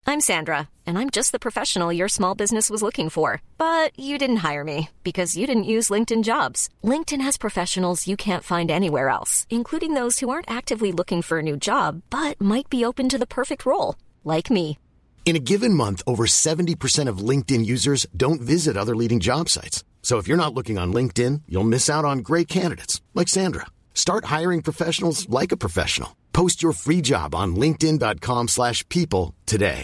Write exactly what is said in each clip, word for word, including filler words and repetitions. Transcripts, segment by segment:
I'm Sandra, and I'm just the professional your small business was looking for. But you didn't hire me because you didn't use LinkedIn Jobs. LinkedIn has professionals you can't find anywhere else, including those who aren't actively looking for a new job, but might be open to the perfect role, like me. In a given month, over seventy percent of LinkedIn users don't visit other leading job sites. So if you're not looking on LinkedIn, you'll miss out on great candidates like Sandra. Start hiring professionals like a professional. Post your free job on linkedin.com slash people today.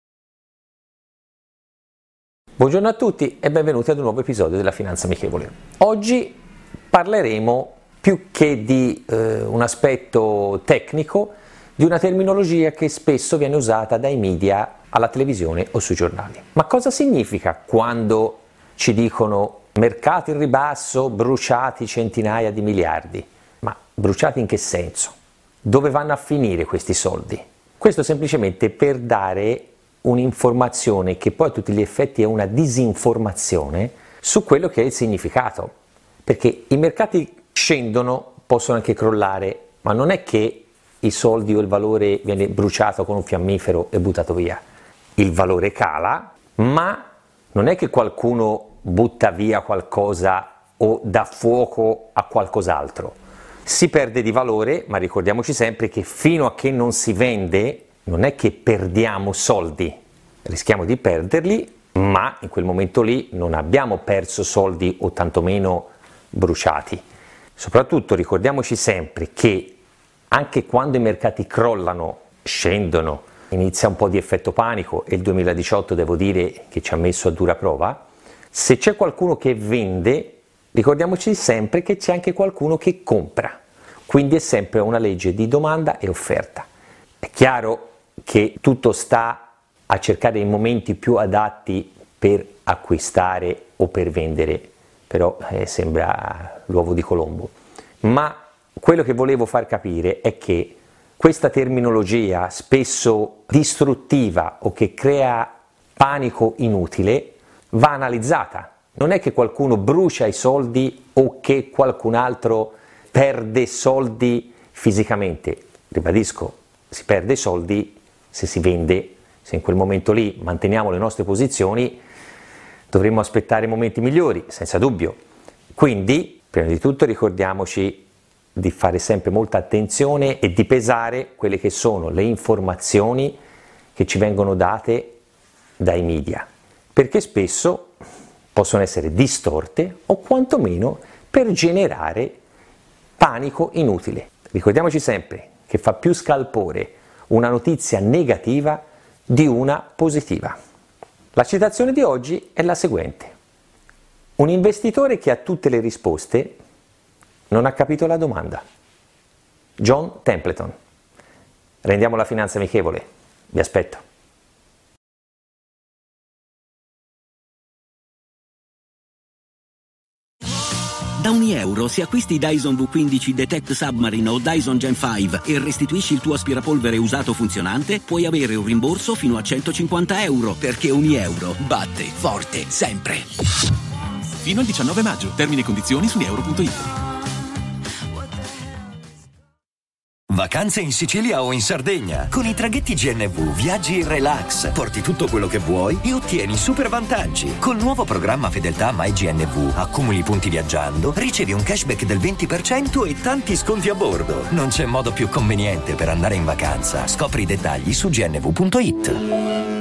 Buongiorno a tutti e benvenuti ad un nuovo episodio della Finanza Amichevole. Oggi parleremo, più che di eh, un aspetto tecnico, di una terminologia che spesso viene usata dai media, alla televisione o sui giornali. Ma cosa significa quando ci dicono mercati in ribasso, bruciati centinaia di miliardi? Ma bruciati in che senso? Dove vanno a finire questi soldi? Questo semplicemente per dare un'informazione che poi a tutti gli effetti è una disinformazione su quello che è il significato. Perché i mercati scendono, possono anche crollare, ma non è che i soldi o il valore viene bruciato con un fiammifero e buttato via. Il valore cala, ma non è che qualcuno butta via qualcosa o dà fuoco a qualcos'altro. Si perde di valore, ma ricordiamoci sempre che fino a che non si vende non è che perdiamo soldi, rischiamo di perderli, ma in quel momento lì non abbiamo perso soldi o tantomeno bruciati. Soprattutto ricordiamoci sempre che anche quando i mercati crollano, scendono, inizia un po' di effetto panico e il duemiladiciotto devo dire che ci ha messo a dura prova, se c'è qualcuno che vende, ricordiamoci sempre che c'è anche qualcuno che compra, quindi è sempre una legge di domanda e offerta. È chiaro che tutto sta a cercare i momenti più adatti per acquistare o per vendere, però eh, sembra l'uovo di Colombo. Ma quello che volevo far capire è che questa terminologia spesso distruttiva o che crea panico inutile va analizzata. Non è che qualcuno brucia i soldi o che qualcun altro perde soldi fisicamente. Ribadisco, si perde soldi se si vende, se in quel momento lì manteniamo le nostre posizioni, dovremmo aspettare momenti migliori, senza dubbio. Quindi, prima di tutto ricordiamoci di fare sempre molta attenzione e di pesare quelle che sono le informazioni che ci vengono date dai media, perché spesso possono essere distorte o quantomeno per generare panico inutile. Ricordiamoci sempre che fa più scalpore una notizia negativa di una positiva. La citazione di oggi è la seguente: un investitore che ha tutte le risposte non ha capito la domanda. John Templeton. Rendiamo la finanza amichevole. Vi aspetto. Da ogni euro, se acquisti Dyson V quindici Detect Submarine o Dyson Gen cinque e restituisci il tuo aspirapolvere usato funzionante, puoi avere un rimborso fino a centocinquanta euro, perché ogni euro batte forte sempre. Fino al diciannove maggio. Termini e condizioni su euro punto it. Vacanze in Sicilia o in Sardegna. Con i traghetti G N V viaggi in relax, porti tutto quello che vuoi e ottieni super vantaggi. Col nuovo programma Fedeltà MyGNV accumuli punti viaggiando, ricevi un cashback del venti per cento e tanti sconti a bordo. Non c'è modo più conveniente per andare in vacanza. Scopri i dettagli su gnv punto it.